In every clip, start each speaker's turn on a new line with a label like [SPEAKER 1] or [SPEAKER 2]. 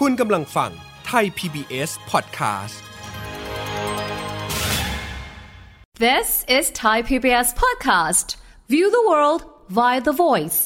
[SPEAKER 1] คุณกำลังฟังไทย PBS Podcast
[SPEAKER 2] This is Thai PBS Podcast. View the world via the voice.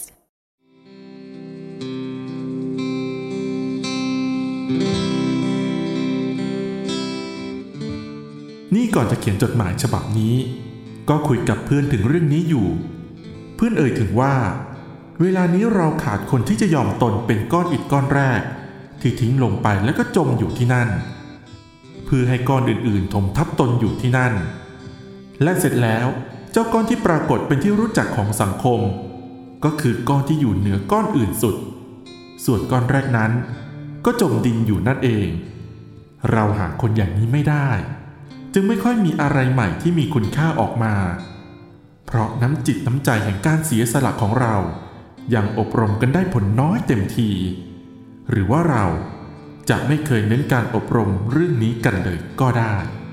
[SPEAKER 3] นี่ก่อนจะเขียนจดหมายฉบับนี้ก็คุยกับเพื่อนถึงเรื่องนี้อยู่เพื่อนเอ่ยถึงว่าเวลานี้เราขาดคนที่จะยอมตนเป็นก้อนอิฐก้อนแรกที่ทิ้งลงไปแล้วก็จมอยู่ที่นั่นเพื่อให้ก้อนอื่นๆถมทับตนอยู่ที่นั่นและเสร็จแล้วเจ้าก้อนที่ปรากฏเป็นที่รู้จักของสังคมก็คือก้อนที่อยู่เหนือก้อนอื่นสุดส่วนก้อนแรกนั้นก็จมดินอยู่นั่นเองเราหาคนอย่างนี้ไม่ได้จึงไม่ค่อยมีอะไรใหม่ที่มีคุณค่าออกมาเพราะน้ำจิตน้ำใจแห่งการเสียสละของเรายังอบรมกันได้ผลน้อยเต็มทีหรือว่าเราจะไม่เคยเน้นการอบรมเรื่องนี้กันเลยก็ได้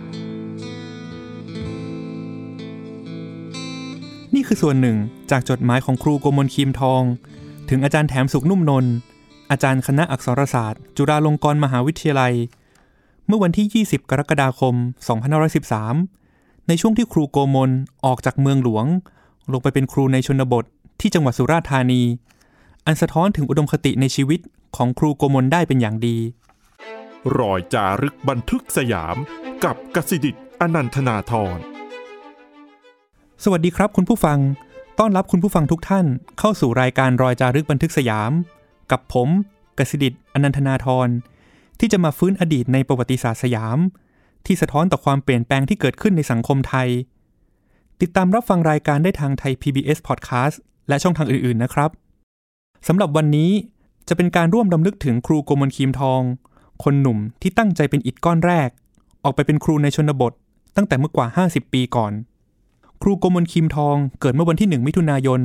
[SPEAKER 4] นี่คือส่วนหนึ่งจากจดหมายของครูโกมลคีมทองถึงอาจารย์แถมสุขนุ่มนนท์อาจารย์คณะอักษรศาสตร์จุฬาลงกรณ์มหาวิทยาลัยเมื่อวันที่20กรกฎาคม2513ในช่วงที่ครูโกมลออกจากเมืองหลวงลงไปเป็นครูในชนบทที่จังหวัดสุราษฎร์ธานีอันสะท้อนถึงอุดมคติในชีวิตของครูโกมลได้เป็นอย่างดี
[SPEAKER 3] รอยจารึกบันทึกสยามกับกสิดิษฐ์อนันทนาธร
[SPEAKER 4] สวัสดีครับคุณผู้ฟังต้อนรับคุณผู้ฟังทุกท่านเข้าสู่รายการรอยจารึกบันทึกสยามกับผมกสิดิษฐ์อนันทนาธรที่จะมาฟื้นอดีตในประวัติศาสตร์สยามที่สะท้อนต่อความเปลี่ยนแปลงที่เกิดขึ้นในสังคมไทยติดตามรับฟังรายการได้ทางไทย PBS Podcast และช่องทางอื่นๆนะครับสำหรับวันนี้จะเป็นการร่วมรำลึกถึงครูโกมลคีมทองคนหนุ่มที่ตั้งใจเป็นอิฐก้อนแรกออกไปเป็นครูในชนบทตั้งแต่เมื่อกว่า50ปีก่อนครูโกมลคีมทองเกิดเมื่อวันที่1มิถุนายน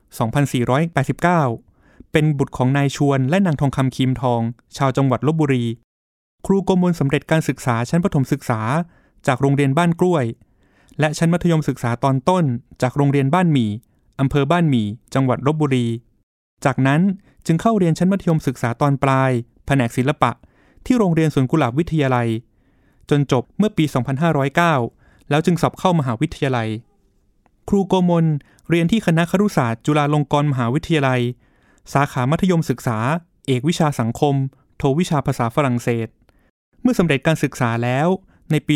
[SPEAKER 4] 2489เป็นบุตรของนายชวนและนางทองคำคีมทองชาวจังหวัดลพบุรีครูโกมลสำเร็จการศึกษาชั้นประถมศึกษาจากโรงเรียนบ้านกล้วยและชั้นมัธยมศึกษาตอนต้นจากโรงเรียนบ้านหมี่อำเภอบ้านหมี่จังหวัดลพบุรีจากนั้นจึงเข้าเรียนชั้นมัธยมศึกษาตอนปลายแผนกศิลปะที่โรงเรียนสวนกุหลาบวิทยาลัยจนจบเมื่อปี2509แล้วจึงสอบเข้ามหาวิทยาลัยครูโกมลเรียนที่คณะครุศาสตร์จุฬาลงกรณ์มหาวิทยาลัยสาขามัธยมศึกษาเอกวิชาสังคมโทวิชาภาษาฝรั่งเศสเมื่อสำเร็จการศึกษาแล้วในปี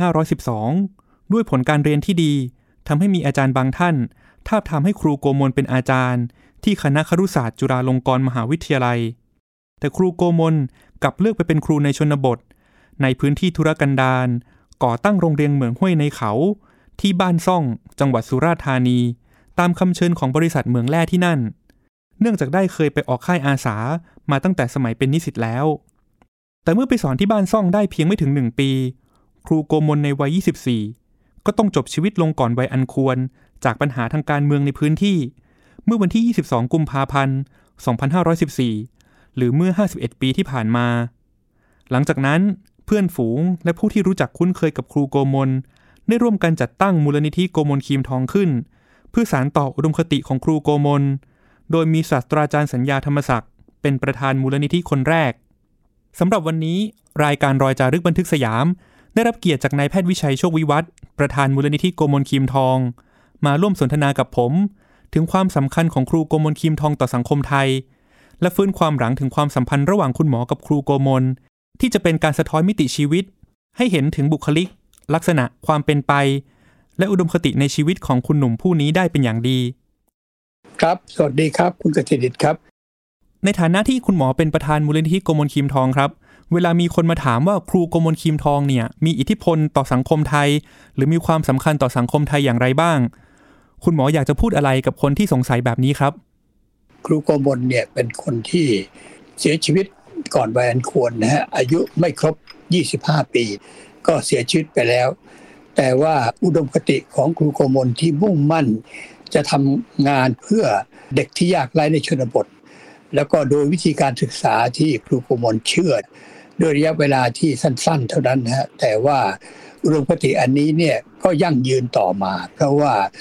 [SPEAKER 4] 2512ด้วยผลการเรียนที่ดีทำให้มีอาจารย์บางท่านทาบทามให้ครูโกมลเป็นอาจารย์ที่คณะครุศาสตร์จุฬาลงกรณ์มหาวิทยาลัยแต่ครูโกมลกลับเลือกไปเป็นครูในชนบทในพื้นที่ทุรกันดารก่อตั้งโรงเรียนเหมืองห้วยในเขาที่บ้านซ่องจังหวัดสุราษฎร์ธานีตามคำเชิญของบริษัทเหมืองแร่ที่นั่นเนื่องจากได้เคยไปออกค่ายอาสามาตั้งแต่สมัยเป็นนิสิตแล้วแต่เมื่อไปสอนที่บ้านซ่องได้เพียงไม่ถึง1ปีครูโกมลในวัย24ก็ต้องจบชีวิตลงก่อนวัยอันควรจากปัญหาทางการเมืองในพื้นที่เมื่อวันที่22กุมภาพันธ์2514หรือเมื่อ51ปีที่ผ่านมาหลังจากนั้นเพื่อนฝูงและผู้ที่รู้จักคุ้นเคยกับครูโกมลได้ร่วมกันจัดตั้งมูลนิธิโกมลคีมทองขึ้นเพื่อสานต่ออุดมคติของครูโกมลโดยมีศาสตราจารย์สัญญาธรรมศักดิ์เป็นประธานมูลนิธิคนแรกสำหรับวันนี้รายการรอยจารึกบันทึกสยามได้รับเกียรติจากนายแพทย์วิชัยโชควิวัฒน์ประธานมูลนิธิโกมลคีมทองมาร่วมสนทนากับผมถึงความสำคัญของครูโกมลคีมทองต่อสังคมไทยและฟื้นความหลังถึงความสัมพันธ์ระหว่างคุณหมอกับครูโกมลที่จะเป็นการสะท้อนมิติชีวิตให้เห็นถึงบุคลิกลักษณะความเป็นไปและอุดมคติในชีวิตของคุณหนุ่มผู้นี้ได้เป็นอย่างดี
[SPEAKER 5] ครับสวัสดีครับคุณกฤษฎิตครับ
[SPEAKER 4] ในฐานะที่คุณหมอเป็นประธานมูลนิธิโกมลคีมทองครับเวลามีคนมาถามว่าครูโกมลคีมทองเนี่ยมีอิทธิพลต่อสังคมไทยหรือมีความสำคัญต่อสังคมไทยอย่างไรบ้างคุณหมออยากจะพูดอะไรกับคนที่สงสัยแบบนี้ครับ
[SPEAKER 5] ครูโกมลเนี่ยเป็นคนที่เสียชีวิตก่อนวัยอันควรนะฮะอายุไม่ครบ25ปีก็เสียชีวิตไปแล้วแต่ว่าอุดมคติของครูโกมลที่มุ่งมั่นจะทำงานเพื่อเด็กที่ยากไร้ในชนบทแล้วก็โดยวิธีการศึกษาที่ครูโกมลเชื่อโดยระยะเวลาที่สั้นๆเท่านั้นนะฮะแต่ว่าอุดมคติอันนี้เนี่ยก็ยั่งยืนต่อมาเพราะว่า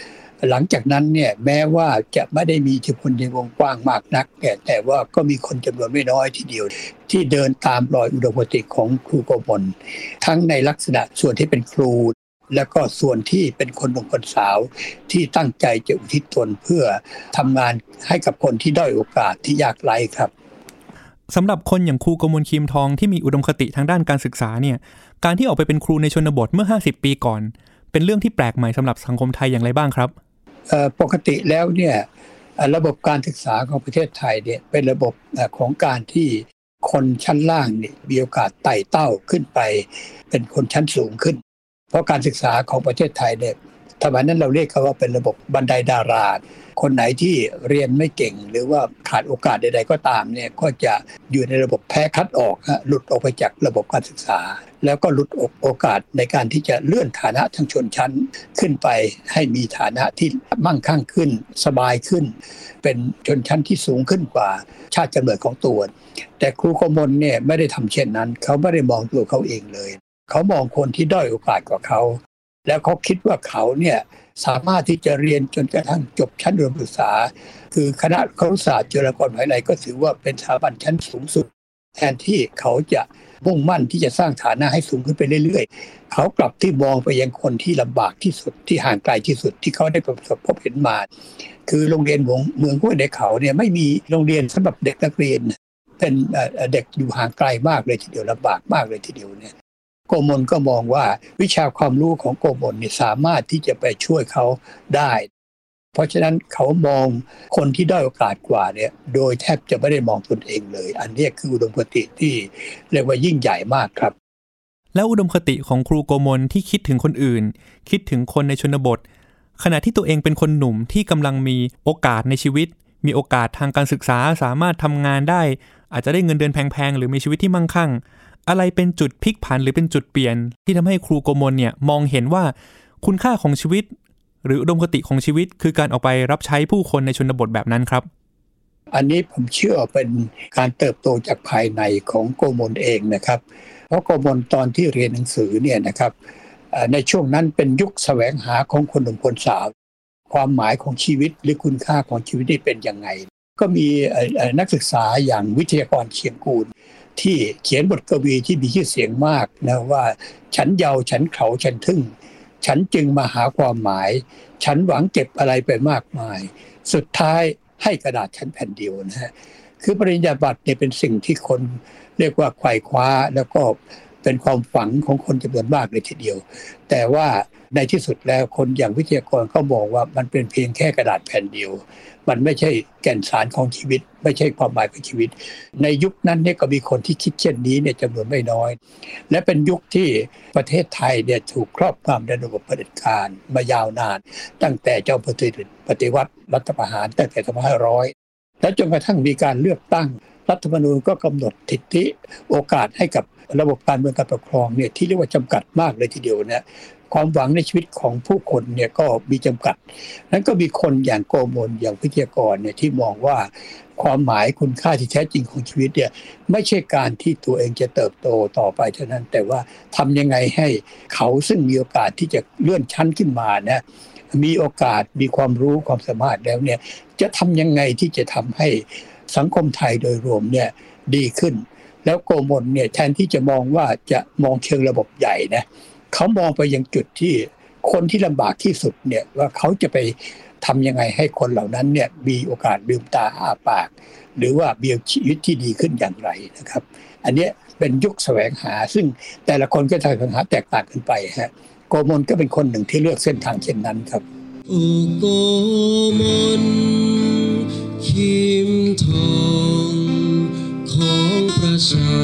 [SPEAKER 5] หลังจากนั้นเนี่ยแม้ว่าจะไม่ได้มีอิทธิพลในวงกว้างมากนักแต่ว่าก็มีคนจำนวนไม่น้อยทีเดียวที่เดินตามรอยอุดมคติของครูโกมลทั้งในลักษณะส่วนที่เป็นครูแล้วก็ส่วนที่เป็นคนหนุ่มคนสาวที่ตั้งใจจะอุทิศตนเพื่อทำงานให้กับคนที่ด้อยโอกาสที่ยากไร้ครับ
[SPEAKER 4] สำหรับคนอย่างครูโกมลคีมทองที่มีอุดมคติทางด้านการศึกษาเนี่ยการที่ออกไปเป็นครูในชนบทเมื่อ50ปีก่อนเป็นเรื่องที่แปลกใหม่สำหรับสังคมไทยอย่างไรบ้างครับ
[SPEAKER 5] ปกติแล้วเนี่ยระบบการศึกษาของประเทศไทยเนี่ยเป็นระบบของการที่คนชั้นล่างนี่มีโอกาสไต่เต้าขึ้นไปเป็นคนชั้นสูงขึ้นเพราะการศึกษาของประเทศไทยเนี่ยสมัยนั้นเราเรียกเขาว่าเป็นระบบบันไดดาราคนไหนที่เรียนไม่เก่งหรือว่าขาดโอกาสใดๆก็ตามเนี่ยก็จะอยู่ในระบบแพ้คัดออกหลุดออกไปจากระบบการศึกษาแล้วก็หลุดโอกาสในการที่จะเลื่อนฐานะทางชนชั้นขึ้นไปให้มีฐานะที่มั่งคั่งขึ้นสบายขึ้นเป็นชนชั้นที่สูงขึ้นกว่าชาติกำเนิดของตัวแต่ครูโกมลเนี่ยไม่ได้ทำเช่นนั้นเขาไม่ได้มองตัวเขาเองเลยเขามองคนที่ด้อยโอกาสกว่าเขาแล้วเขาคิดว่าเขาเนี่ยสามารถที่จะเรียนจนกระทั่งจบชั้นอุดมศึกษาคือคณะครุศาสตร์จุฬาภรณ์มหาวิทยาลัยก็ถือว่าเป็นสถาบันชั้นสูงสุดแทนที่เขาจะมุ่งมั่นที่จะสร้างฐานะให้สูงขึ้นไปเรื่อยๆเขากลับที่มองไปยังคนที่ลำบากที่สุดที่ห่างไกลที่สุดที่เขาได้ประสบพบเห็นมาคือโรงเรียนเมืองห้วยในเขาเนี่ยไม่มีโรงเรียนสำหรับเด็กนักเรียนเป็นเด็กอยู่ห่างไกลมากเลยทีเดียวลำบากมากเลยทีเดียวเนี่ยโกมลก็มองว่าวิชาความรู้ของโกมลนี่สามารถที่จะไปช่วยเขาได้เพราะฉะนั้นเขามองคนที่ด้อยโอกาสกว่าเนี่ยโดยแทบจะไม่ได้มองตนเองเลยอันนี้คืออุดมคติที่เรียกว่ายิ่งใหญ่มากครับ
[SPEAKER 4] แล้วอุดมคติของครูโกมลที่คิดถึงคนอื่นคิดถึงคนในชนบทขณะที่ตัวเองเป็นคนหนุ่มที่กำลังมีโอกาสในชีวิตมีโอกาสทางการศึกษาสามารถทำงานได้อาจจะได้เงินเดือนแพงๆหรือมีชีวิตที่มั่งคั่งอะไรเป็นจุดพลิกผันหรือเป็นจุดเปลี่ยนที่ทำให้ครูโกมลเนี่ยมองเห็นว่าคุณค่าของชีวิตหรืออุดมคติของชีวิตคือการออกไปรับใช้ผู้คนในชนบทแบบนั้นครับ
[SPEAKER 5] อันนี้ผมเชื่อเป็นการเติบโตจากภายในของโกมลเองนะครับเพราะโกมลตอนที่เรียนหนังสือเนี่ยนะครับในช่วงนั้นเป็นยุคแสวงหาของคนหนุ่มคนสาวความหมายของชีวิตหรือคุณค่าของชีวิตนี่เป็นยังไงก็มีนักศึกษาอย่างวิทยากรเชียงกูลที่เขียนบทกวีที่มีชื่อเสียงมากนะว่าฉันเยาว์ฉันเขาฉันทึ่งฉันจึงมาหาความหมายฉันหวังเก็บอะไรไปมากมายสุดท้ายให้กระดาษฉันแผ่นเดียวนะฮะคือปริญญาบัตรเนี่ยเป็นสิ่งที่คนเรียกว่าไขว่คว้าแล้วก็เป็นความฝันของคนจำนวนมากเลยทีเดียวแต่ว่าในที่สุดแล้วคนอย่างวิทยากรก็บอกว่ามันเป็นเพียงแค่กระดาษแผ่นเดียวมันไม่ใช่แก่นสารของชีวิตไม่ใช่ความหมายของชีวิตในยุคนั้นเนี่ยก็มีคนที่คิดเช่นนี้เนี่ยจำนวนไม่น้อยและเป็นยุคที่ประเทศไทยเนี่ยถูกครอบงำในระบบเผด็จการมายาวนานตั้งแต่เจ้าปฏิวัติรัฐประหารตั้งแต่2500และจนกระทั่งมีการเลือกตั้งรัฐธรรมนูญก็กำหนดสิทธิโอกาสให้กับระบบการเมืองการปกครองเนี่ยที่เรียกว่าจำกัดมากเลยทีเดียวเนี่ยความหวังในชีวิตของผู้คนเนี่ยก็มีจำกัดนั้นก็มีคนอย่างโกมลอย่างวิทยากรเนี่ยที่มองว่าความหมายคุณค่าที่แท้จริงของชีวิตเนี่ยไม่ใช่การที่ตัวเองจะเติบโตต่อไปเท่านั้นแต่ว่าทำยังไงให้เขาซึ่งมีโอกาสที่จะเลื่อนชั้นขึ้นมานะมีโอกาสมีความรู้ความสามารถแล้วเนี่ยจะทำยังไงที่จะทำให้สังคมไทยโดยรวมเนี่ยดีขึ้นแล้วโกมลเนี่ยแทนที่จะมองว่าจะมองเชิงระบบใหญ่นะเขามองไปยังจุดที่คนที่ลำบากที่สุดเนี่ยว่าเขาจะไปทำยังไงให้คนเหล่านั้นเนี่ยมีโอกาสลืมตาอ้าปากหรือว่ามีชีวิตที่ดีขึ้นอย่างไรนะครับอันนี้เป็นยุคแสวงหาซึ่งแต่ละคนก็แสวงหาแตกต่างกันไปฮะโกมลก็เป็นคนหนึ่งที่เลือกเส้นทางเช่นนั้นครับ
[SPEAKER 6] โอ้โกมลคิมทองของประชา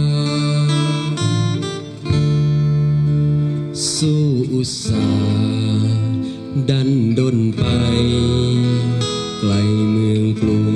[SPEAKER 6] สู้อุตสาห์ดันดนไปไกลเมืองกรุง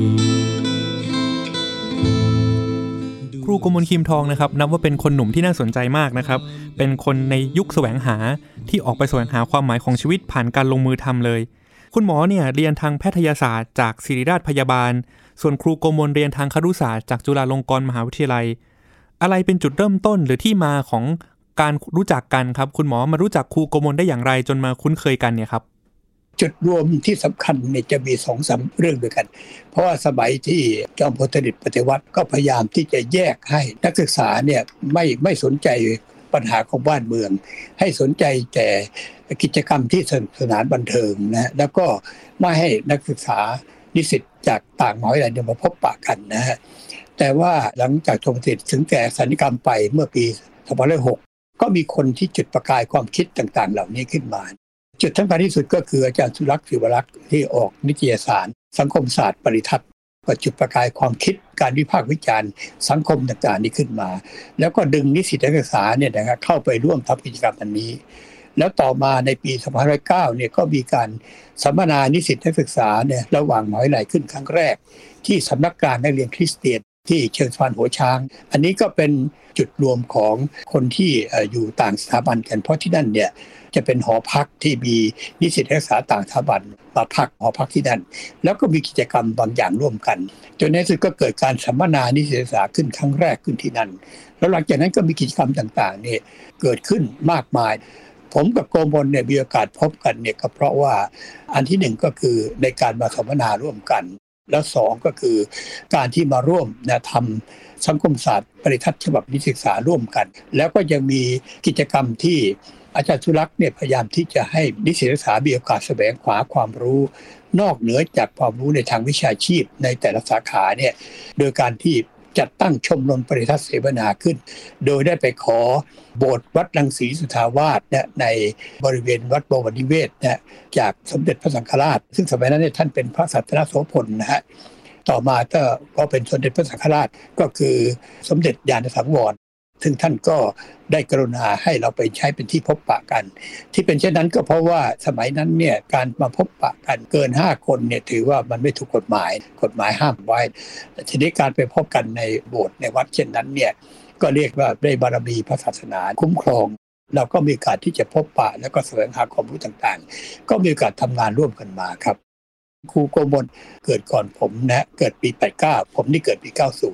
[SPEAKER 4] ครูโกมลคีมทองนะครับนับว่าเป็นคนหนุ่มที่น่าสนใจมากนะครับเป็นคนในยุคแสวงหาที่ออกไปแสวงหาความหมายของชีวิตผ่านการลงมือทำเลยคุณหมอเนี่ยเรียนทางแพทยศาสตร์จากศิริราชพยาบาลส่วนครูโกมลเรียนทางครุศาสตร์จากจุฬาลงกรณ์มหาวิทยาลัยอะไรเป็นจุดเริ่มต้นหรือที่มาของการรู้จักกันครับคุณหมอมารู้จักครูโกมลได้อย่างไรจนมาคุ้นเคยกันเนี่ยครับ
[SPEAKER 5] จุดรวมที่สำคัญเนี่ยจะมี 2-3 เรื่องด้วยกันเพราะว่าสมัยที่จอมพลสฤษดิ์ปฏิวัติก็พยายามที่จะแยกให้นักศึกษาเนี่ยไม่สนใจปัญหาของบ้านเมืองให้สนใจแต่กิจกรรมที่สนานบันเทิงนะแล้วก็ไม่ให้นักศึกษานิสิตจากต่างมหาวิทยาลัยเนี่ยมาพบปะกันนะฮะแต่ว่าหลังจากจอมพลสฤษดิ์ถึงแก่สันนิกรรมไปเมื่อปี2506ก็มีคนที่จุดประกายความคิดต่างๆเหล่านี้ขึ้นมาจุดสำคัญที่สุดก็คืออาจารย์สุรักษ์ ศิวรักษ์ที่ออกนิตยสารสังคมศาสตร์ปริทัศน์ก็จุดประกายความคิดการวิพากษ์วิจารณ์สังคมต่างๆนี้ขึ้นมาแล้วก็ดึงนิสิตนักศึกษาเนี่ยนะครับเข้าไปร่วมทำกิจกรรมอันนี้แล้วต่อมาในปี2509เนี่ยก็มีการสัมมนานิสิตนักศึกษาเนี่ยระหว่างมหาวิทยาลัยขึ้นครั้งแรกที่สำนักการนักเรียนคริสเตียนที่เชิงสะพานหัวช้างอันนี้ก็เป็นจุดรวมของคนที่อยู่ต่างสถาบันกันเพราะที่นั่นเนี่ยจะเป็นหอพักที่มีนิสิตนักศึกษาต่างสถาบันมาพักหอพักที่นั่นแล้วก็มีกิจกรรมบางอย่างร่วมกันจนในที่สุดก็เกิดการสัมมนานิสิตนักศึกษาขึ้นครั้งแรกขึ้นที่นั่นแล้วหลังจากนั้นก็มีกิจกรรมต่างๆเนี่ยเกิดขึ้นมากมายผมกับโกมลเนี่ยมีโอกาสพบกันเนี่ยก็เพราะว่าอันที่หนึ่งก็คือในการมาสัมมนาร่วมกันแล้วสองก็คือการที่มาร่วมนะทำสังคมศาสตร์ปริทัศน์ฉบับนิสิตศึกษาร่วมกันแล้วก็ยังมีกิจกรรมที่อาจารย์สุรักษ์เนี่ยพยายามที่จะให้นิสิตศึกษามีโอกาสแสวงหาความรู้นอกเหนือจากความรู้ในทางวิชาชีพในแต่ละสาขาเนี่ยโดยการที่จัดตั้งชมรมปริทัศน์เสวนาขึ้นโดยได้ไปขอโบสถ์วัดรังสีสุทธาวาสในบริเวณวัดบวรนิเวศจากสมเด็จพระสังฆราชซึ่งสมัยนั้นเนี่ยท่านเป็นพระสัตนโสพลนะฮะต่อมาก็เป็นสมเด็จพระสังฆราชก็คือสมเด็จญาณสังวรซึ่งท่านก็ได้กรุณาให้เราไปใช้เป็นที่พบปะกันที่เป็นเช่นนั้นก็เพราะว่าสมัยนั้นเนี่ยการมาพบปะกันเกิน5คนเนี่ยถือว่ามันไม่ถูกกฎหมายห้ามไว้ทีนี้การไปพบกันในโบสถ์ในวัดเช่นนั้นเนี่ยก็เรียกว่าได้บารมีพระศาสนาคุ้มครองเราก็มีโอกาสที่จะพบปะแล้วก็แสวงหาความรู้ต่างๆก็มีโอกาสทำงานร่วมกันมาครับครูโกมลเกิดก่อนผมนะเกิดปี89ผมนี่เกิดปี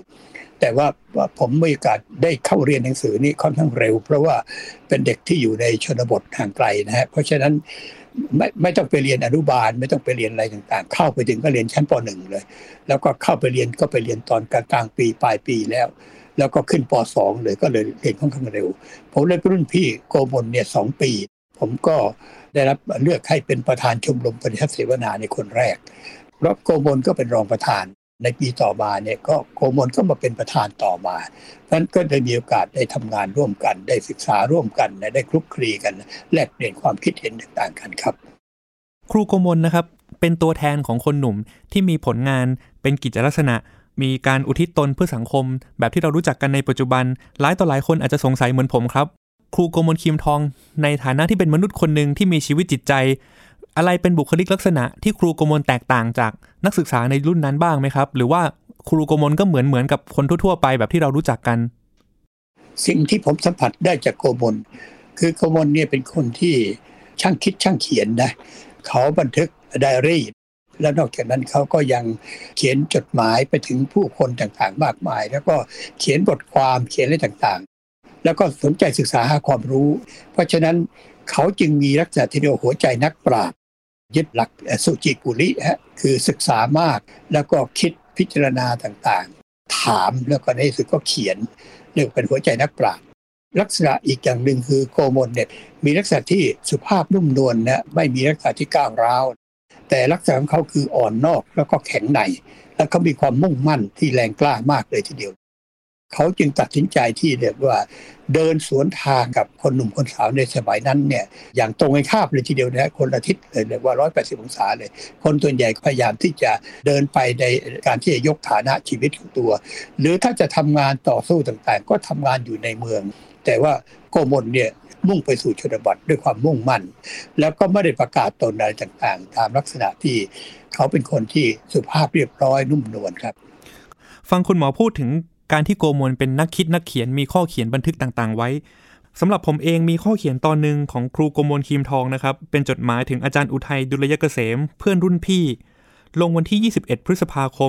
[SPEAKER 5] 90แต่ว่าผมมีโอกาสได้เข้าเรียนหนังสือนี่ค่อนข้างเร็วเพราะว่าเป็นเด็กที่อยู่ในชนบทห่างไกลนะฮะเพราะฉะนั้นไม่ต้องไปเรียนอนุบาลไม่ต้องไปเรียนอะไรต่างๆเข้าไปถึงก็เรียนชั้นป.1 เลยแล้วก็เข้าไปเรียนก็ไปเรียนตอนกลางปีปลายปีแล้วก็ขึ้นป.2 เลยก็เลยเรียนค่อนข้างเร็วผมเลยเป็นรุ่นพี่โกมลเนี่ย2 ปีผมก็ได้รับเลือกให้เป็นประธานชมรมปริทัศน์เสวนาในคนแรกแล้วโกมลก็เป็นรองประธานในปีต่อมาเนี่ยก็โกมลก็มาเป็นประธานต่อมาเพราะฉะนั้นก็ได้มีโอกาสได้ทำงานร่วมกันได้ศึกษาร่วมกันได้คลุกคลีกันแลกเปลี่ยนความคิดเห็นต่างๆกันครับ
[SPEAKER 4] ครูโกมลนะครับเป็นตัวแทนของคนหนุ่มที่มีผลงานเป็นกิจลักษณะมีการอุทิศตนเพื่อสังคมแบบที่เรารู้จักกันในปัจจุบันหลายต่อหลายคนอาจจะสงสัยเหมือนผมครับครูโกมลคีมทองในฐานะที่เป็นมนุษย์คนหนึ่งที่มีชีวิตจิตใจอะไรเป็นบุคลิกลักษณะที่ครูโกมลแตกต่างจากนักศึกษาในรุ่นนั้นบ้างไหมครับหรือว่าครูโกมลก็เหมือนกับคนทั่วๆไปแบบที่เรารู้จักกัน
[SPEAKER 5] สิ่งที่ผมสัมผัสได้จากโกมลคือโกมลเนี่ยเป็นคนที่ช่างคิดช่างเขียนนะเขาบันทึกไดอารี่แล้วนอกจากนั้นเขาก็ยังเขียนจดหมายไปถึงผู้คนต่างๆมากมายแล้วก็เขียนบทความเขียนอะไรต่างๆแล้วก็สนใจศึกษาหาความรู้เพราะฉะนั้นเขาจึงมีลักษณะที่เรียกว่าหัวใจนักปราชญ์ยึดหลักสุจิปุริคือศึกษามากแล้วก็คิดพิจารณาต่างๆถามแล้วก็ในที่สุดก็เขียนเรียกเป็นหัวใจนักปราชญ์ลักษณะอีกอย่างหนึ่งคือโกมลเนี่ยมีลักษณะที่สุภาพนุ่มนวลนะไม่มีลักษณะที่ก้าวร้าวแต่ลักษณะของเขาคืออ่อนนอกแล้วก็แข็งในแล้วเขามีความมุ่งมั่นที่แรงกล้ามากเลยทีเดียวเขาจึงตัดสินใจที่เรียกว่าเดินสวนทางกับคนหนุ่มคนสาวในสมัยนั้นเนี่ยอย่างตรงกันข้ามเลยทีเดียวนะคนละทิศเลยเรียกว่า180องศาเลยคนส่วนใหญ่พยายามที่จะเดินไปในการที่จะยกฐานะชีวิตของตัวหรือถ้าจะทำงานต่อสู้ต่างๆก็ทำงานอยู่ในเมืองแต่ว่าโกมลเนี่ยมุ่งไปสู่ชนบทด้วยความมุ่งมั่นแล้วก็ไม่ได้ประกาศตนอะไรต่างๆตามลักษณะที่เขาเป็นคนที่สุภาพเรียบร้อยนุ่มนวลครับ
[SPEAKER 4] ฟังคุณหมอพูดถึงการที่โกมลเป็นนักคิดนักเขียนมีข้อเขียนบันทึกต่างๆไว้สำหรับผมเองมีข้อเขียนตอนนึงของครูโกมลคีมทองนะครับเป็นจดหมายถึงอาจารย์อุทัยดุลยเกษมเพื่อนรุ่นพี่ลงวันที่21พฤษภาคม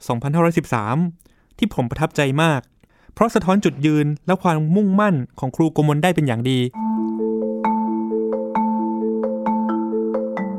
[SPEAKER 4] 2513ที่ผมประทับใจมากเพราะสะท้อนจุดยืนและความมุ่งมั่นของครูโกมลได้เป็นอย่างดี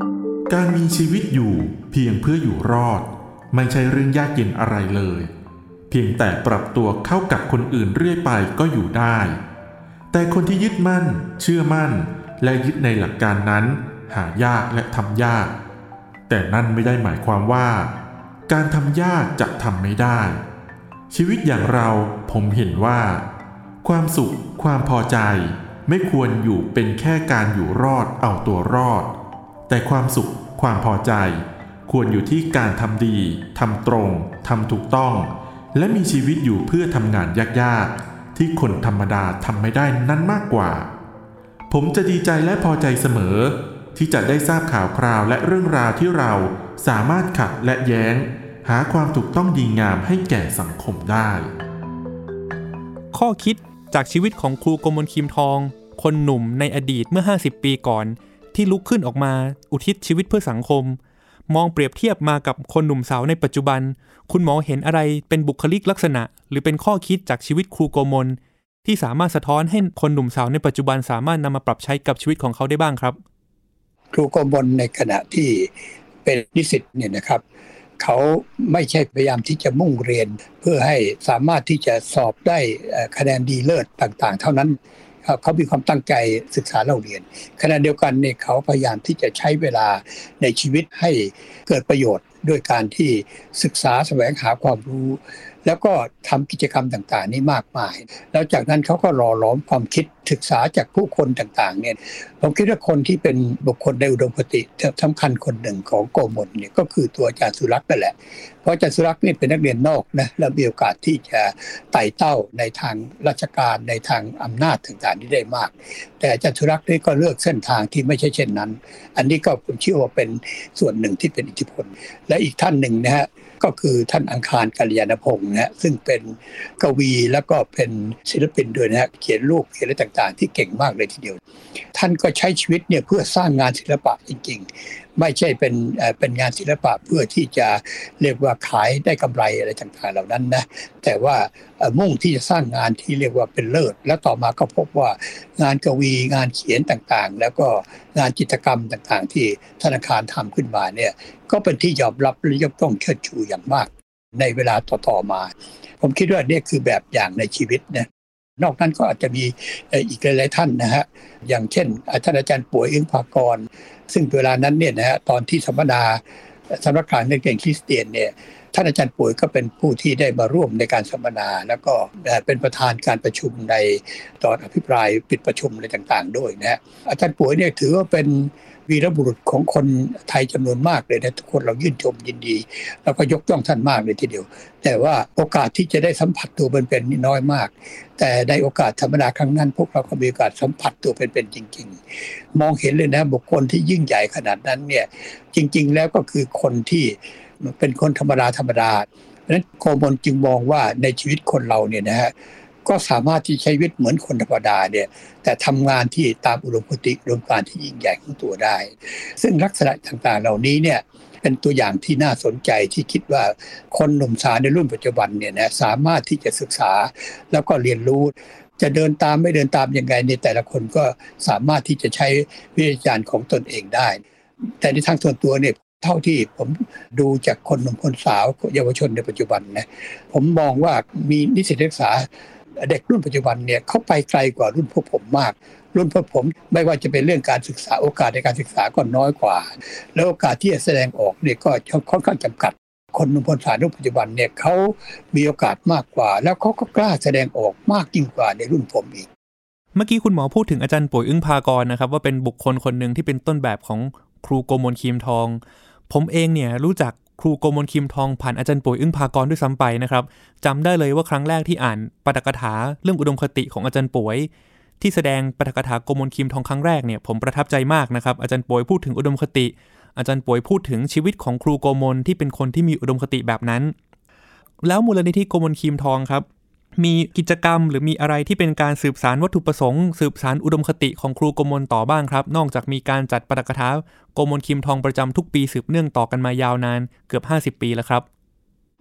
[SPEAKER 3] การมีชีวิตอยู่เพียงเพื่ออยู่รอดไม่ใช่เรื่องยากเย็นอะไรเลยเพียงแต่ปรับตัวเข้ากับคนอื่นเรื่อยไปก็อยู่ได้แต่คนที่ยึดมั่นเชื่อมั่นและยึดในหลักการนั้นหายากและทำยากแต่นั่นไม่ได้หมายความว่าการทำยากจะทำไม่ได้ชีวิตอย่างเราผมเห็นว่าความสุขความพอใจไม่ควรอยู่เป็นแค่การอยู่รอดเอาตัวรอดแต่ความสุขความพอใจควรอยู่ที่การทำดีทำตรงทำถูกต้องและมีชีวิตอยู่เพื่อทำงานยากๆที่คนธรรมดาทำไม่ได้นั้นมากกว่าผมจะดีใจและพอใจเสมอที่จะได้ทราบข่าวคราวและเรื่องราวที่เราสามารถขัดและแย้งหาความถูกต้องดีงามให้แก่สังคมได้
[SPEAKER 4] ข้อคิดจากชีวิตของครูโกมลคีมทองคนหนุ่มในอดีตเมื่อ50ปีก่อนที่ลุกขึ้นออกมาอุทิศชีวิตเพื่อสังคมมองเปรียบเทียบมากับคนหนุ่มสาวในปัจจุบันคุณหมอเห็นอะไรเป็นบุคลิกลักษณะหรือเป็นข้อคิดจากชีวิตครูโกมลที่สามารถสะท้อนให้คนหนุ่มสาวในปัจจุบันสามารถนำมาปรับใช้กับชีวิตของเขาได้บ้างครับ
[SPEAKER 5] ครูโกมลในขณะที่เป็นนิสิตเนี่ยนะครับเขาไม่ใช่พยายามที่จะมุ่งเรียนเพื่อให้สามารถที่จะสอบได้คะแนนดีเลิศต่างๆเท่านั้นเขามีความตั้งใจศึกษาเล่าเรียนขณะเดียวกันเนี่ยเขาพยายามที่จะใช้เวลาในชีวิตให้เกิดประโยชน์ด้วยการที่ศึกษาแสวงหาความรู้แล้วก็ทำกิจกรรมต่างๆนี่มากมายแล้วจากนั้นเขาก็หล่อหลอมความคิดศึกษาจากผู้คนต่างๆเนี่ยผมคิดว่าคนที่เป็นบุคคลในอุดมคติสำคัญคนหนึ่งของโกมลเนี่ยก็คือตัวอาจารย์สุรักษ์นั่นแหละเพราะอาจารย์สุรักษ์นี่เป็นนักเรียนนอกนะและมีโอกาสที่จะไต่เต้าในทางราชการในทางอำนาจต่างๆนี่ได้มากแต่อาจารย์สุรักษ์นี่ก็เลือกเส้นทางที่ไม่ใช่เช่นนั้นอันนี้ก็ผมเชื่อว่าเป็นส่วนหนึ่งที่เป็นอิทธิพลและอีกท่านหนึ่งนะฮะก็คือท่านอังคารกัลยาณพงศ์นะฮะซึ่งเป็นกวีแล้วก็เป็นศิลปินด้วยนะฮะเขียนรูปเขียนอะไรต่างๆที่เก่งมากเลยทีเดียวท่านก็ใช้ชีวิตเนี่ยเพื่อสร้างงานศิลปะจริงๆไม่ใช่เป็นงานศิลปะเพื่อที่จะเรียกว่าขายได้กำไรอะไรต่างๆเหล่านั้นนะแต่ว่ามุ่งที่จะสร้างงานที่เรียกว่าเป็นเลิศแล้วต่อมาก็พบว่างานกวีงานเขียนต่างๆแล้วก็งานจิตรกรรมต่างๆที่ธนาคารทำขึ้นมาเนี่ยก็เป็นที่ยอมรับและยกย่องเชิดชูอย่างมากในเวลาต่อๆมาผมคิดว่านี่คือแบบอย่างในชีวิตนะนอกนั้นก็อาจจะมีอีกหลายๆท่านนะฮะอย่างเช่นท่านอาจารย์ป่วยอึ้งภากรซึ่งเวลานั้นเนี่ยนะฮะตอนที่สัมมนาสำนักข่าวนักเรียนคริสเตียนเนี่ยท่านอาจารย์ป่วยก็เป็นผู้ที่ได้มาร่วมในการสัมมนาแล้วก็เป็นประธานการประชุมในตอนอภิปรายปิดประชุมอะไรต่างๆด้วยนะฮะอาจารย์ป่วยเนี่ยถือว่าเป็นวีรบุรุษของคนไทยจำนวนมากเลยนะทุกคนเรายื่นชมยินดีแล้วก็ยกย่องท่านมากเลยทีเดียวแต่ว่าโอกาสที่จะได้สัมผัสตัวเป็นๆนี่น้อยมากแต่ในโอกาสสัมมนาครั้งนั้นพวกเราก็มีโอกาสสัมผัสตัวเป็นๆจริงๆมองเห็นเลยนะบุคคลที่ยิ่งใหญ่ขนาดนั้นเนี่ยจริงๆแล้วก็คือคนที่เป็นคนธรรมดาเพราะฉะนั้นโกมลจึงมองว่าในชีวิตคนเราเนี่ยนะฮะก็สามารถที่ใช้ชีวิตเหมือนคนธรรมดาเนี่ยแต่ทำงานที่ตามอุดมคติอุดมการณ์ที่ยิ่งใหญ่ของตัวได้ซึ่งลักษณะต่างๆเหล่านี้เนี่ยเป็นตัวอย่างที่น่าสนใจที่คิดว่าคนหนุ่มสาวในรุ่นปัจจุบันเนี่ยนะสามารถที่จะศึกษาแล้วก็เรียนรู้จะเดินตามไม่เดินตามยังไงในแต่ละคนก็สามารถที่จะใช้วิทยาการของตนเองได้แต่ในทางส่วนตัวเนี่ยเท่าที่ผมดูจากคนหนุ่มคนสาวเยาวชนในปัจจุบันนะผมมองว่ามีนิสิตนักศึกษาเด็กรุ่นปัจจุบันเนี่ยเขาไปไกลกว่ารุ่นพวกผมมากรุ่นพวกผมไม่ว่าจะเป็นเรื่องการศึกษาโอกาสในการศึกษาก็น้อยกว่าแล้วโอกาสที่จะแสดงออกเนี่ยก็ค่อนข้างจำกัดคนหนุ่มคนสาวรุ่นปัจจุบันเนี่ยเขามีโอกาสมากกว่าแล้วเขาก็กล้าแสดงออกมากยิ่งกว่าในรุ่นผมอีก
[SPEAKER 4] เมื่อกี้คุณหมอพูดถึงอาจารย์ป่วยอึ้งภากรนะครับว่าเป็นบุคคลคนหนึ่งที่เป็นต้นแบบของครูโกมลคีมทองผมเองเนี่ยรู้จักครูโกมลคีมทองผ่านอาจารย์ป่วยอึ้งภากรด้วยซ้ำไปนะครับจำได้เลยว่าครั้งแรกที่อ่านปาฐกถาเรื่องอุดมคติของอาจารย์ป่วยที่แสดงปาฐกถาโกมลคีมทองครั้งแรกเนี่ยผมประทับใจมากนะครับอาจารย์ป่วยพูดถึงอุดมคติอาจารย์ป่วยพูดถึงชีวิตของครูโกมลที่เป็นคนที่มีอุดมคติแบบนั้นแล้วมูลนิธิโกมลคีมทองครับมีกิจกรรมหรือมีอะไรที่เป็นการสืบสานวัตถุประสงค์สืบสานอุดมคติของครูโกมลต่อบ้างครับนอกจากมีการจัดปาฐกถาโกมลคีมทองประจำทุกปีสืบเนื่องต่อกันมายาวนานเกือบ50 ปีแล้วครับ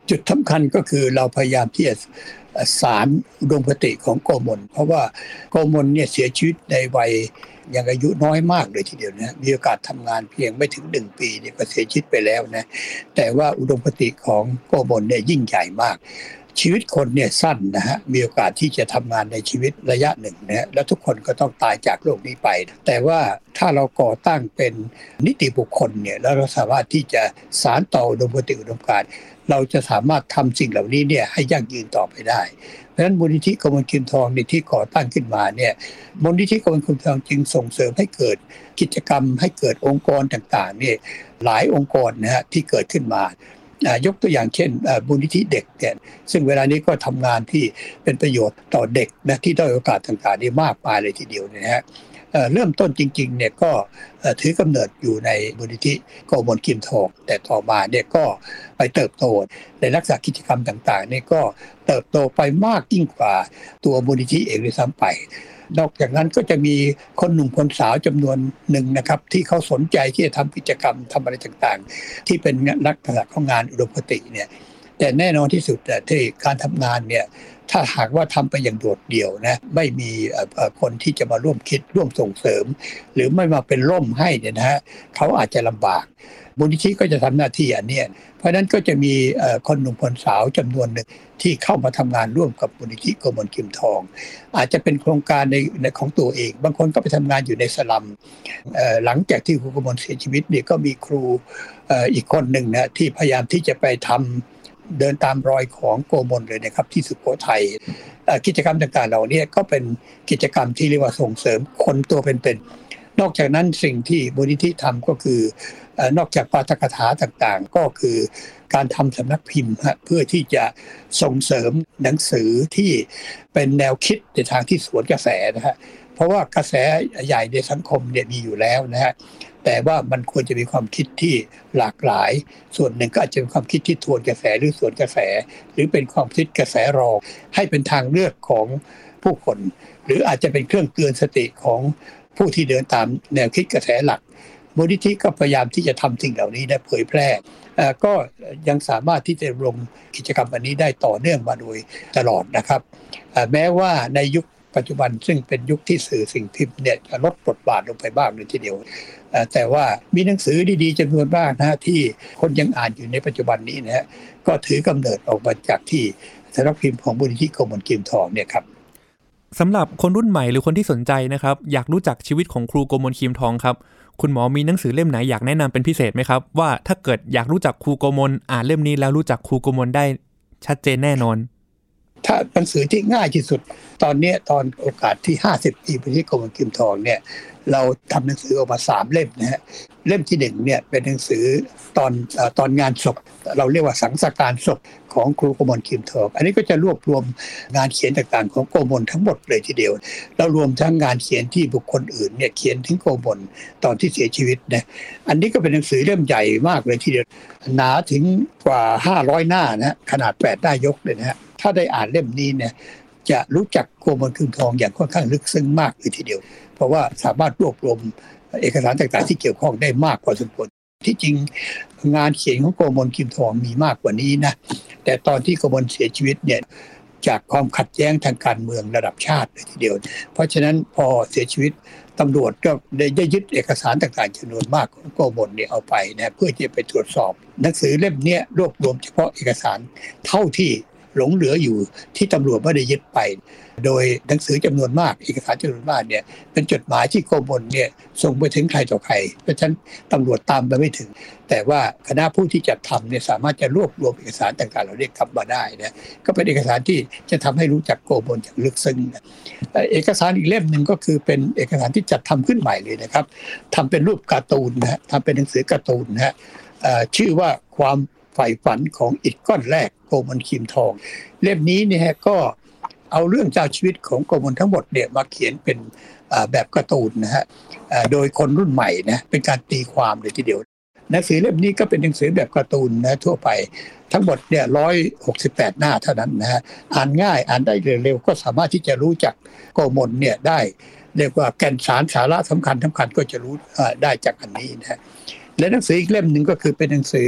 [SPEAKER 5] จุดสำคัญก็คือเราพยายามที่จะสารอุดมคติของโกมลเพราะว่าโกมลเนี่ยเสียชีวิตในวัยยังอายุน้อยมากเลยทีเดียวนะมีโอกาสทำงานเพียงไม่ถึง1 ปีเนี่ยก็เสียชีวิตไปแล้วนะแต่ว่าอุดมคติของโกมลเนี่ยยิ่งใหญ่มากชีวิตคนเนี่ยสั้นนะฮะมีโอกาสที่จะทำงานในชีวิตระยะหนึ่งนะแล้วทุกคนก็ต้องตายจากโลกนี้ไปแต่ว่าถ้าเราก่อตั้งเป็นนิติบุคคลเนี่ยแล้วเราสามารถที่จะสานต่ออุดมคติอุดมการณ์เราจะสามารถทำสิ่งเหล่านี้เนี่ยให้ยั่งยืนต่อไปได้เพราะฉะนั้นมูลนิธิโกมลคิมทองที่ก่อตั้งขึ้นมาเนี่ยมูลนิธิโกมลคิมทองจึงส่งเสริมให้เกิดกิจกรรมให้เกิดองค์กรต่างๆเนี่ยหลายองค์กรนะฮะที่เกิดขึ้นมายกตัวอย่างเช่นมูลนิธิเด็กเนี่ยซึ่งเวลานี้ก็ทำงานที่เป็นประโยชน์ต่อเด็กนะที่ด้อยโอกาสต่างๆนี่มากมายเลยทีเดียวนะฮะเริ่มต้นจริงๆเนี่ยก็ถือกำเนิดอยู่ในมูลนิธิโกมลคิมทองแต่ต่อมาเนี่ยก็ไปเติบโตในลักษณะกิจกรรมต่างๆนี่ก็เติบโตไปมากยิ่งกว่าตัวมูลนิธิเองด้วยซ้ำไปนอกจากนั้นก็จะมีคนหนุ่มคนสาวจำนวนหนึ่งนะครับที่เขาสนใจที่จะทำกิจกรรมทำอะไรต่างๆที่เป็นลักษณะของงานอุดมคติเนี่ยแต่แน่นอนที่สุดที่การทำงานเนี่ยถ้าหากว่าทำไปอย่างโดดเดี่ยวนะไม่มีคนที่จะมาร่วมคิดร่วมส่งเสริมหรือไม่มาเป็นร่มให้เนี่ยนะฮะเขาอาจจะลำบากมูลนิธิก็จะทำหน้าที่อันนี้เพราะนั้นก็จะมีคนหนุ่มคนสาวจำนวนหนึ่งที่เข้ามาทำงานร่วมกับมูลนิธิโกมลคิมทองอาจจะเป็นโครงการในของตัวเองบางคนก็ไปทำงานอยู่ในสลัมหลังจากที่ครูโกมลเสียชีวิตเนี่ยก็มีครูอีกคนหนึ่งนะที่พยายามที่จะไปทำเดินตามรอยของโกมลเลยนะครับที่สุโขทัยกิจกรรมต่างๆเหล่านี้ก็เป็นกิจกรรมที่เรียกว่าส่งเสริมคนตัวเป็นๆนอกจากนั้นสิ่งที่มูลนิธิทำก็คือนอกจากปาฐกถาต่างๆก็คือการทำสำนักพิมพ์เพื่อที่จะส่งเสริมหนังสือที่เป็นแนวคิดในทางที่สวนกระแสนะฮะเพราะว่ากระแสใหญ่ในสังคมเนี่ยมีอยู่แล้วนะฮะแต่ว่ามันควรจะมีความคิดที่หลากหลายส่วนหนึ่งก็อาจจะเป็นความคิดที่ทวนกระแสหรือสวนกระแสหรือเป็นความคิดกระแสรองให้เป็นทางเลือกของผู้คนหรืออาจจะเป็นเครื่องเตือนสติของผู้ที่เดินตามแนวคิดกระแสหลักมูลนิธิก็พยายามที่จะทำสิ่งเหล่านี้ได้เผยแพร่ก็ยังสามารถที่จะลงกิจกรรมอันนี้ได้ต่อเนื่องมาโดยตลอดนะครับแม้ว่าในยุคปัจจุบันซึ่งเป็นยุคที่สื่อสิ่งพิมพ์เนี่ยลดบทบาทลงไปบ้างเลยทีเดียวแต่ว่ามีหนังสือดีๆจำนวนมากนะที่คนยังอ่านอยู่ในปัจจุบันนี้นะฮะก็ถือกำเนิดออกมาจากที่สำนักพิมพ์ของมูลนิธิโกมลคิมทองเนี่ยครับ
[SPEAKER 4] สำหรับคนรุ่นใหม่หรือคนที่สนใจนะครับอยากรู้จักชีวิตของครูโกมลคิมทองครับคุณหมอมีหนังสือเล่มไหนอยากแนะนำเป็นพิเศษไหมครับว่าถ้าเกิดอยากรู้จักครูโกมลอ่านเล่มนี้แล้วรู้จักครูโกมลได้ชัดเจนแน่นอน
[SPEAKER 5] ถ้าหนังสือที่ง่ายที่สุดตอนโอกาสที่50 ปีมูลนิธิโกมลคิมทองเนี่ยเราทำหนังสือออกมา3 เล่มนะฮะเล่มที่1เนี่ยเป็นหนังสือตอนงานศพเราเรียกว่าสังสการศพของครูโกมลคิมทองอันนี้ก็จะรวบรวมงานเขียนต่างๆของโกมลทั้งหมดเลยทีเดียวแล้วรวมทั้งงานเขียนที่บุคคลอื่นเนี่ยเขียนถึงโกมลตอนที่เสียชีวิตนะอันนี้ก็เป็นหนังสือเล่มใหญ่มากเลยทีเดียวหนาถึงกว่า500 หน้านะขนาด8 หน้ายกเลยนะฮะถ้าได้อ่านเล่มนี้เนี่ยจะรู้จักโกมลคิมทองอย่างค่อนข้างลึกซึ้งมากเลยทีเดียวเพราะว่าสามารถรวบรวมเอกสารต่างๆที่เกี่ยวข้องได้มากพอสมควรที่จริงงานเขียนของโกมลคิมทองมีมากกว่านี้นะแต่ตอนที่โกมลเสียชีวิตเนี่ยจากความขัดแย้งทางการเมืองระดับชาติเลยทีเดียวเพราะฉะนั้นพอเสียชีวิตตำรวจก็ได้ยึดเอกสารต่างๆจำนวนมากของโกมลเนี่ยเอาไปนะเพื่อที่จะไปตรวจสอบหนังสือเล่มนี้รวบรวมเฉพาะเอกสารเท่าที่หลงเหลืออยู่ที่ตำรวจไม่ได้ยึดไปโดยหนังสือจำนวนมากเอกสารจำนวนมากเนี่ยเป็นจดหมายที่โกมลเนี่ยส่งไปถึงใครต่อใครเพราะฉะนั้นตำรวจตามไปไม่ถึงแต่ว่าคณะผู้ที่จัดทำเนี่ยสามารถจะรวบรวมเอกสารต่างๆเหล่านี้กลับมาได้นะก็เป็นเอกสารที่จะทำให้รู้จักโกมลอย่างลึกซึ้งนะเอกสารอีกเล่มหนึ่งก็คือเป็นเอกสารที่จัดทำขึ้นใหม่เลยนะครับทำเป็นรูปการ์ตูนนะฮะทำเป็นหนังสือการ์ตูนนะฮะชื่อว่าความใฝ่ฝันของอิฐก้อนแรกโกมลคิมทองเล่มนี้เนี่ยก็เอาเรื่องราวชีวิตของโกมลทั้งหมดเนี่ยมาเขียนเป็นแบบการ์ตูนนะฮะโดยคนรุ่นใหม่นะเป็นการตีความเลยทีเดียวหนังสือเล่มนี้ก็เป็นหนังสือแบบการ์ตูนนะทั่วไปทั้งหมดเนี่ย168 หน้าเท่านั้นนะฮะอ่านง่ายอ่านได้เร็วๆก็สามารถที่จะรู้จักโกมลเนี่ยได้เรียกว่าแก่นสารสาระสำคัญก็จะรู้ได้จากอันนี้นะและหนังสืออีกเล่มหนึ่งก็คือเป็นหนังสือ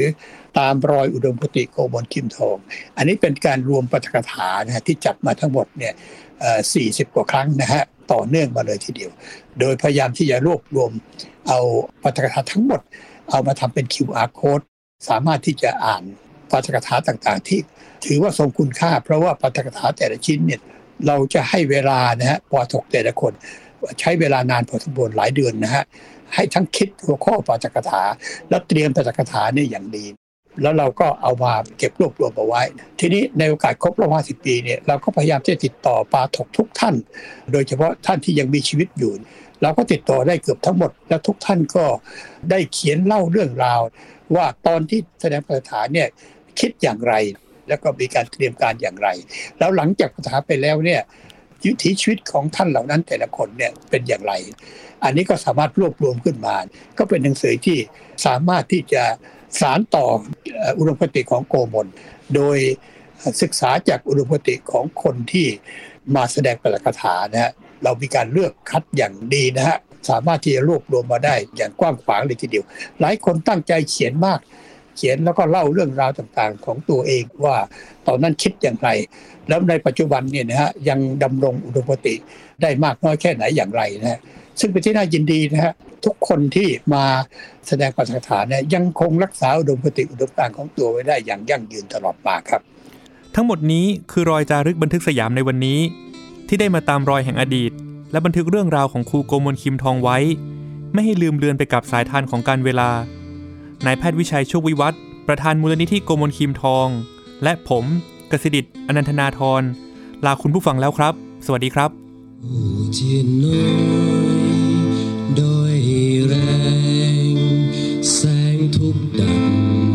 [SPEAKER 5] ตามรอยอุดมคติโกมลคิมทองอันนี้เป็นการรวมปาฐกถานะฮะที่จัดมาทั้งหมดเนี่ย40 กว่าครั้งนะฮะต่อเนื่องมาเลยทีเดียวโดยพยายามที่จะรวบรวมเอาปาฐกถาทั้งหมดเอามาทำเป็น QR code สามารถที่จะอ่านปาฐกถาต่างๆที่ถือว่าทรงคุณค่าเพราะว่าปาฐกถาแต่ละชิ้นเนี่ยเราจะให้เวลานะฮะปาฐกแต่ละคนใช้เวลานานพอสมควรหลายเดือนนะฮะให้ทั้งคิดหัวข้อปาฐกถาและเตรียมปาฐกถาเนี่ยอย่างดีแล้วเราก็เอามาเก็บรวบรวมเอาไว้ทีนี้ในโอกาสครบรอบ50 ปีเนี่ยเราก็พยายามที่จะติดต่อปาฐกทุกท่านโดยเฉพาะท่านที่ยังมีชีวิตอยู่เราก็ติดต่อได้เกือบทั้งหมดและทุกท่านก็ได้เขียนเล่าเรื่องราวว่าตอนที่แสดงปาฐกถาเนี่ยคิดอย่างไรแล้วก็มีการเตรียมการอย่างไรแล้วหลังจากปาฐกถาไปแล้วเนี่ยวิถีชีวิตของท่านเหล่านั้นแต่ละคนเนี่ยเป็นอย่างไรอันนี้ก็สามารถรวบรวมขึ้นมาก็เป็นหนังสือที่สามารถที่จะสานต่ออุดมคติของโกมลโดยศึกษาจากอุดมคติของคนที่มาแสดงปาฐกถานะฮะเรามีการเลือกคัดอย่างดีนะฮะสามารถที่จะรวบรวมมาได้อย่างกว้างขวางเลยทีเดียวหลายคนตั้งใจเขียนมากเขียนแล้วก็เล่าเรื่องราวต่างๆของตัวเองว่าตอนนั้นคิดอย่างไรแล้วในปัจจุบันเนี่ยนะฮะยังดำรงอุดมคติได้มากน้อยแค่ไหนอย่างไรนะฮะซึ่งเป็นที่น่ายินดีนะฮะทุกคนที่มาแสดงปาฐกถาเนี่ยยังคงรักษาอุดมคติอุดมการณ์ของตัวไว้ได้อย่างยั่งยืนตลอดมาครับ
[SPEAKER 4] ทั้งหมดนี้คือรอยจารึกบันทึกสยามในวันนี้ที่ได้มาตามรอยแห่งอดีตและบันทึกเรื่องราวของครูโกมลคิมทองไว้ไม่ให้ลืมเลือนไปกับสายทานของการเวลานายแพทย์วิชัยโชควิวัฒน์ประธานมูลนิธิโกมลคิมทองและผมกสิดิษฐ์อนันทนาธรลาคุณผู้ฟังแล้วครับสวัสดีครับ
[SPEAKER 6] เทียนน้อยดอยแรงแสงทุกดับ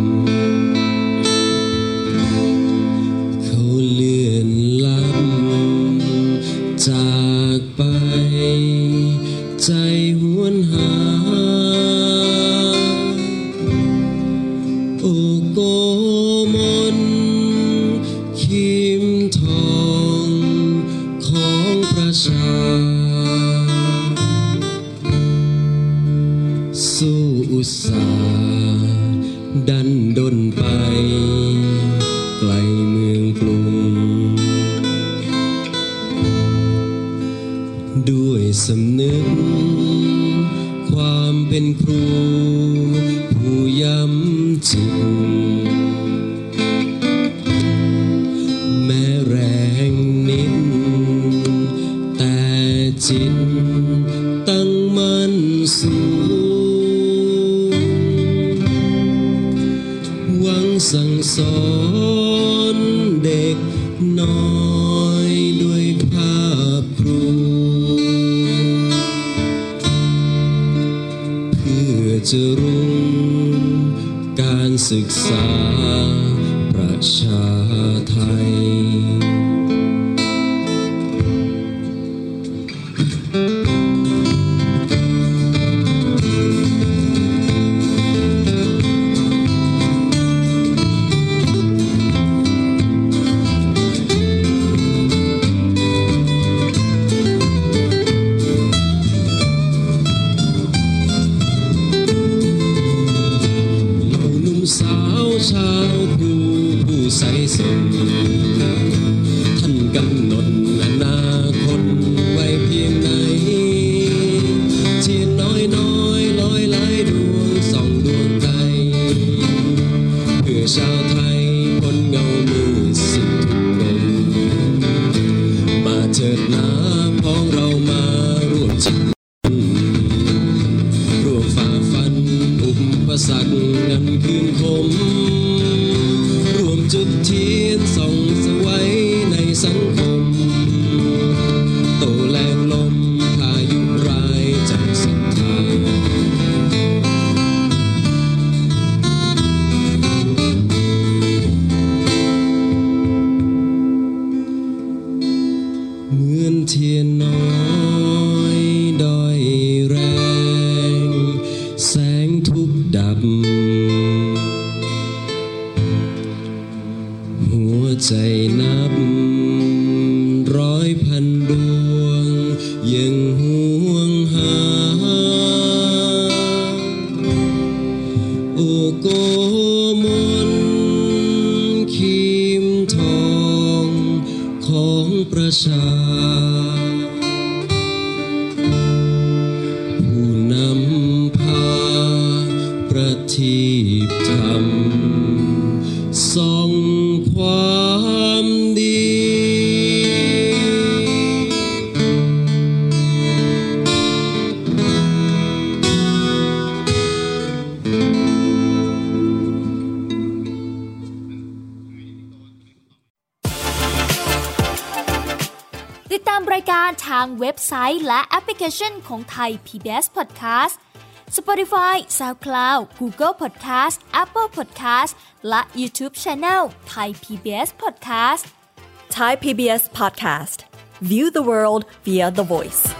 [SPEAKER 6] เขาเลื่อนลับจากไปใจหวนหาโอโกมลคิมทองของประชาสู้อุตสาห์ดันดนไปไกลเมืองกรุงด้วยสำนึกความเป็นครูผู้ย้ำจิตแม้แรงนิดแต่จิตตั้งมั่นสูงหวังสั่งสอนเด็กน้อยด้วยภาพครูเพื่อจะรุ่งการศึกษาประชาไทยสาวชาวภูผู้ใสส่งท่านกำหนดอนาคตไว้เพียงไหนเทียนน้อยน้อยลอยหลายดวงส่องดวงใจเพื่อชาวไทยพ้นเงามืดสิ้นทุกคนมาเถิดนะพ้องเรามาร่วมจิตร่วมฝ่าฟันอุปสรรคนั้นคืนคมรวมจุดเทียนส่องสวัยในสังคมโตแรงลมพายุร้ายใจศรัทธาเหมือนเทียนน้อยดอยแรงแสงทุกดับหัวใจนับร้อยพันดวงยังห่วงหาโอโกมลประชาผู้นำพาประทีปธรรมส่องความดี
[SPEAKER 7] ติดตามรายการทางเว็บไซต์และแอปพลิเคชันของไทย PBS Podcast Spotify, SoundCloud, Google Podcast, Apple Podcast และ YouTube Channel Thai PBS Podcast
[SPEAKER 2] Thai PBS Podcast. View the world via the voice.